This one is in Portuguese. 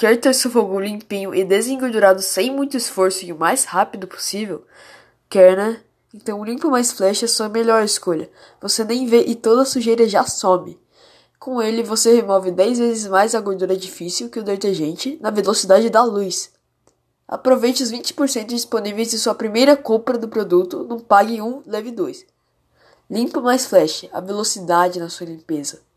Quer ter seu fogo limpinho e desengordurado sem muito esforço e o mais rápido possível? Quer, né? Então o Limpa Mais Flash é sua melhor escolha. Você nem vê e toda a sujeira já some. Com ele você remove 10 vezes mais a gordura difícil que o detergente na velocidade da luz. Aproveite os 20% disponíveis de sua primeira compra do produto no Pague 1, Leve 2. Limpa Mais Flash, a velocidade na sua limpeza.